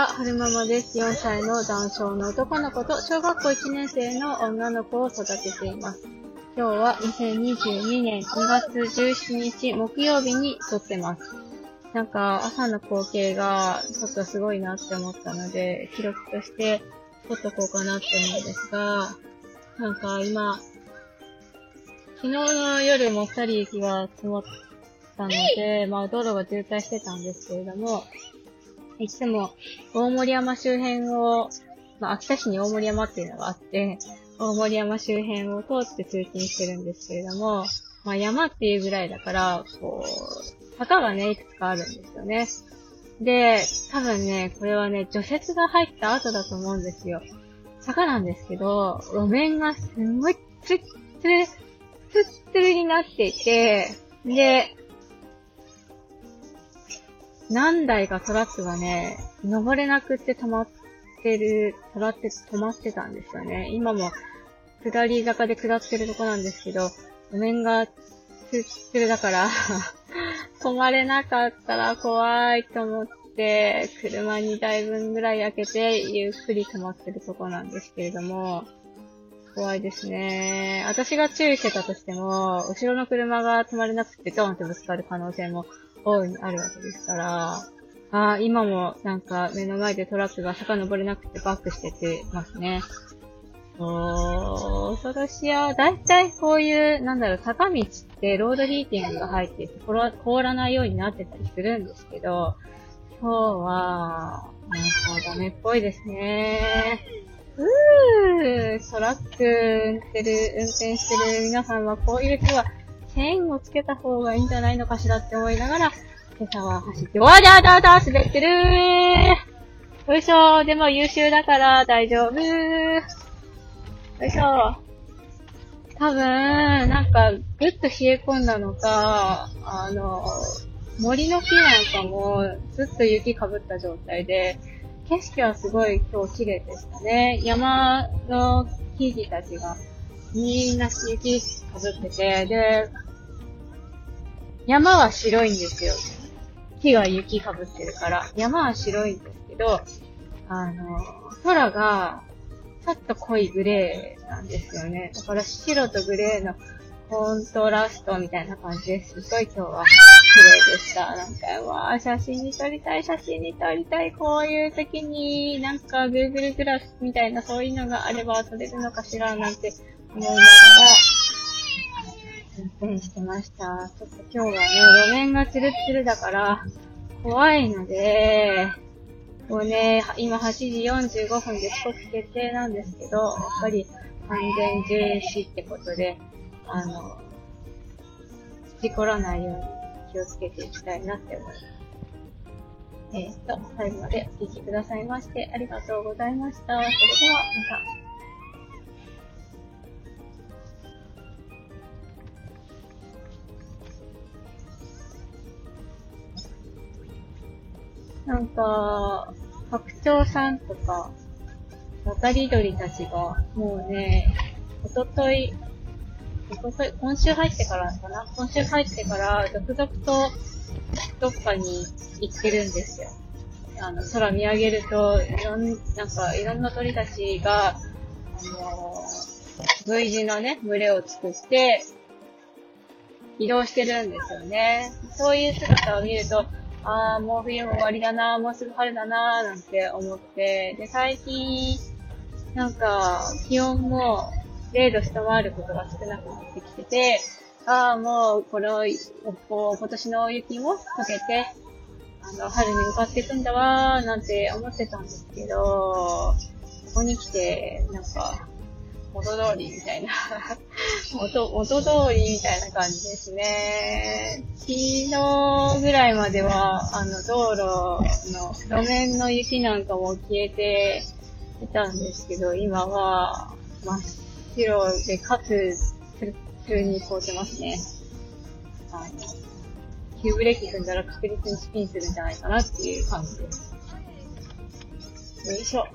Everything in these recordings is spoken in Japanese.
は、はるままです。4歳の男性の男の子と小学校1年生の女の子を育てています。今日は2022年2月17日木曜日に撮ってます。なんか朝の光景がちょっとすごいなって思ったので、記録として撮っとこうかなって思うんですが、なんか今、昨日の夜も2人雪が積もったので、道路が渋滞してたんですけれども、いつも大森山周辺を、秋田市に大森山っていうのがあって、大森山周辺を通って通勤してるんですけれども、山っていうぐらいだから、坂がね、いくつかあるんですよね。で、多分ね、これはね、除雪が入った後だと思うんですよ。坂なんですけど、路面がすんごいツルになっていて、で、何台かトラックがね、登れなくって止まってたんですよね。今も、下り坂で下ってるとこなんですけど、路面がツルだから、止まれなかったら怖いと思って、車2台分ぐらい開けて、ゆっくり止まってるとこなんですけれども、怖いですね。私が注意してたとしても、後ろの車が止まれなくてドーンってぶつかる可能性も大いにあるわけですから、今もなんか目の前でトラックが坂登れなくてバックしててますね。恐ろしや。だいたいこういう、坂道ってロードヒーティングが入っていて凍らないようになってたりするんですけど、今日は、なんかダメっぽいですね。トラック運転してる皆さんはこういう日はチェーンをつけた方がいいんじゃないのかしらって思いながら、今朝は走って、滑ってるよいしょ。でも優秀だから大丈夫。よいしょ。多分、なんか、ぐっと冷え込んだのか、森の木なんかもずっと雪かぶった状態で、景色はすごい今日綺麗でしたね。山の木々たちがみんな雪かぶってて、で、山は白いんですよ。木が雪かぶってるから。山は白いんですけど、空がちょっと濃いグレーなんですよね。だから白とグレーのコントラストみたいな感じですごい今日は綺麗でした。なんか写真に撮りたい。こういう時になんか Google グラスみたいなそういうのがあれば撮れるのかしらなんて思いながら運転してました。ちょっと今日はね、路面がツルツルだから怖いので、もうね、今8時45分で遅刻決定なんですけど、やっぱり安全重視ってことで、事故らないように気をつけていきたいなって思います。最後までお聞きくださいましてありがとうございました。それではまた。なんか、白鳥さんとか、渡り鳥たちが、もうね、今週入ってからかな今週入ってから、続々とどっかに行ってるんですよ。空見上げると、いろんな鳥たちが、V 字のね、群れを作って、移動してるんですよね。そういう姿を見ると、もう冬も終わりだな、もうすぐ春だな、なんて思って、で、最近、なんか、気温も0度下回ることが少なくなってきてて、もう、今年の雪も溶けて、春に向かっていくんだわー、なんて思ってたんですけど、ここに来て、なんか、元通りみたいな元通りみたいな感じですね。昨日ぐらいまでは、道路の路面の雪なんかも消えていたんですけど、今は真っ白で、かつ、ツルツルに凍ってますね。急ブレーキ踏んだら確実にスピンするんじゃないかなっていう感じです。よいしょ。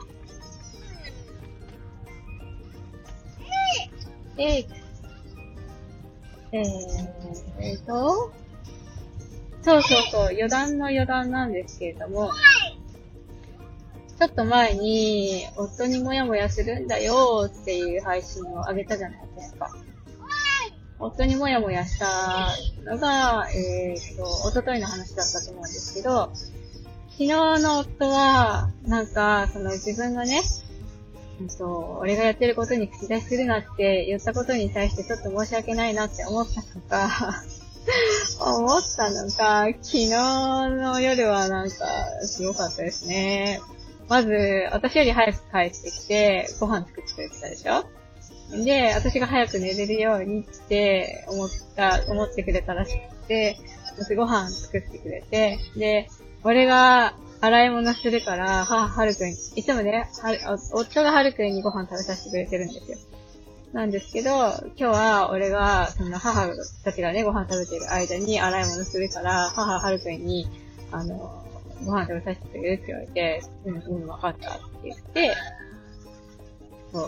そう、余談なんですけれども、 ちょっと前に、夫にもやもやするんだよっていう配信を上げたじゃないですか。夫にもやもやしたのが、一昨日の話だったと思うんですけど、昨日の夫は、なんか、その自分がね、俺がやってることに口出しするなって言ったことに対してちょっと申し訳ないなって思ったのか、思ったのか、昨日の夜はなんか、すごかったですね。まず、私より早く帰ってきて、ご飯作ってくれてたでしょ？で、私が早く寝れるようにって思ってくれたらしくて、ご飯作ってくれて、で、俺が洗い物するから、はるくん、いつもね、夫がはるくんにご飯食べさせてくれてるんですよ。なんですけど、今日は俺が、その母たちがね、ご飯食べてる間に洗い物するから、はるくんに、ご飯食べさせてくれるって言われて、わかったって言って、そう、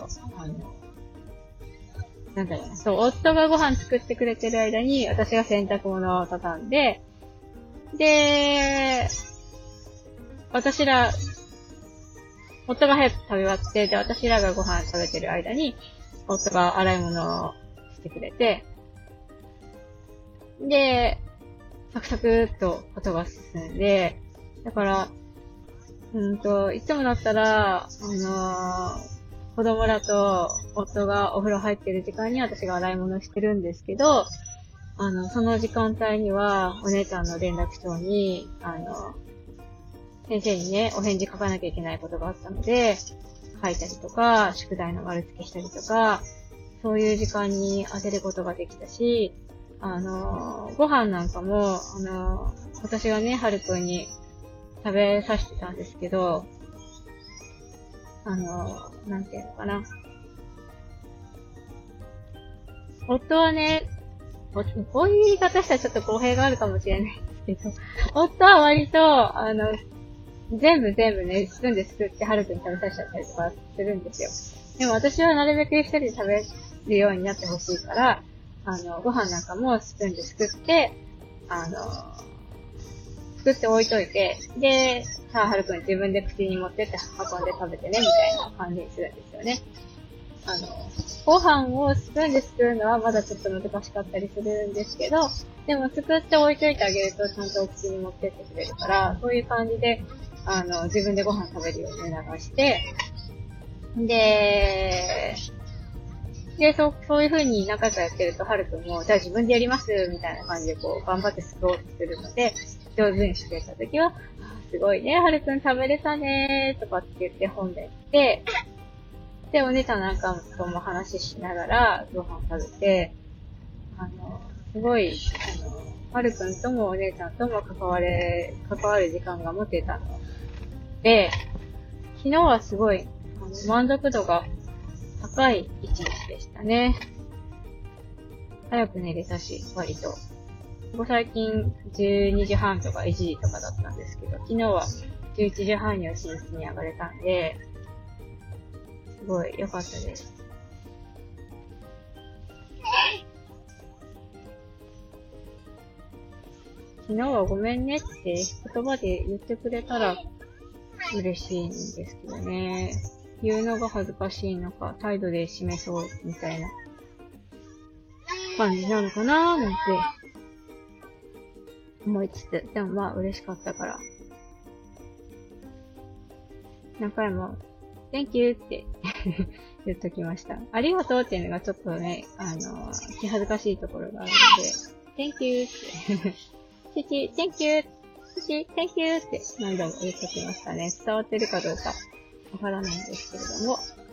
なんだろうな。そう、夫がご飯作ってくれてる間に、私が洗濯物を畳んで、で、夫が早く食べ終わって、で、私らがご飯食べてる間に、夫が洗い物をしてくれて、で、サクサクっとことが進んで、だから、いつもだったら、子供らと夫がお風呂入ってる時間に私が洗い物してるんですけど、その時間帯にはお姉ちゃんの連絡帳に、先生にね、お返事書かなきゃいけないことがあったので、書いたりとか、宿題の丸付けしたりとか、そういう時間に当てることができたし、ご飯なんかも、私がね、はるくんに食べさせてたんですけど、なんていうのかな。夫はね、こういう言い方したらちょっと公平があるかもしれないんですけど、夫は割と、全部ね、スプーンですくってはるくんに食べさせちゃったりとかするんですよ。でも私はなるべく一人で食べるようになってほしいから、ご飯なんかもスプーンですくって、作って置いといて、で、さあ、はるくん自分で口に持ってって運んで食べてね、みたいな感じにするんですよね。ご飯をスプーンで作るのはまだちょっと難しかったりするんですけど、でも作って置いといてあげるとちゃんとお口に持ってってくれるから、そういう感じで、自分でご飯食べるように促して、で、そういう風に何回かやってると、はるくんも、じゃあ自分でやります、みたいな感じでこう、頑張って作ろうとするので、上手にしてくれたときは、すごいね、はるくん食べれたねー、とかって言って本で言って、で、お姉ちゃんなんかとも話しながら、ご飯食べて、すごい、はるくんともお姉ちゃんとも関わる時間が持てたので、昨日はすごい、満足度が高い一日でしたね。早く寝れたし、割と。ここ最近12時半とか1時とかだったんですけど、昨日は11時半には寝室に上がれたんで、すごい良かったです。昨日はごめんねって言葉で言ってくれたら嬉しいんですけどね。言うのが恥ずかしいのか、態度で示そうみたいな感じなのかなーなんて思いつつ、でもまあ嬉しかったから、何回も Thank you って言っときました。ありがとうっていうのがちょっとね、気恥ずかしいところがあるので、Thank you って父、Thank you 父、Thank you って何度も言っときましたね。伝わってるかどうかわからないんですけれども。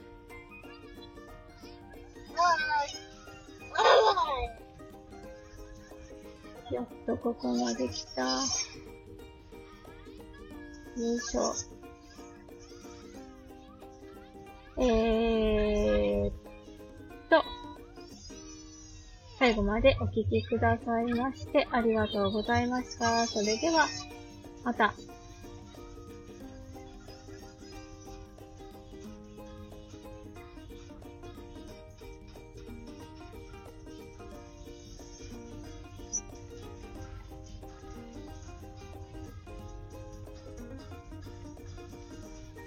やっとここまで来た。よいしょ。最後までお聞きくださいましてありがとうございました。それでは、また。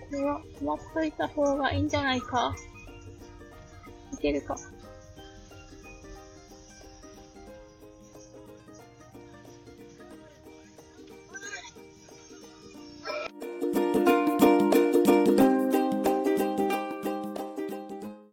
これは止まっといた方がいいんじゃないか。いけるか。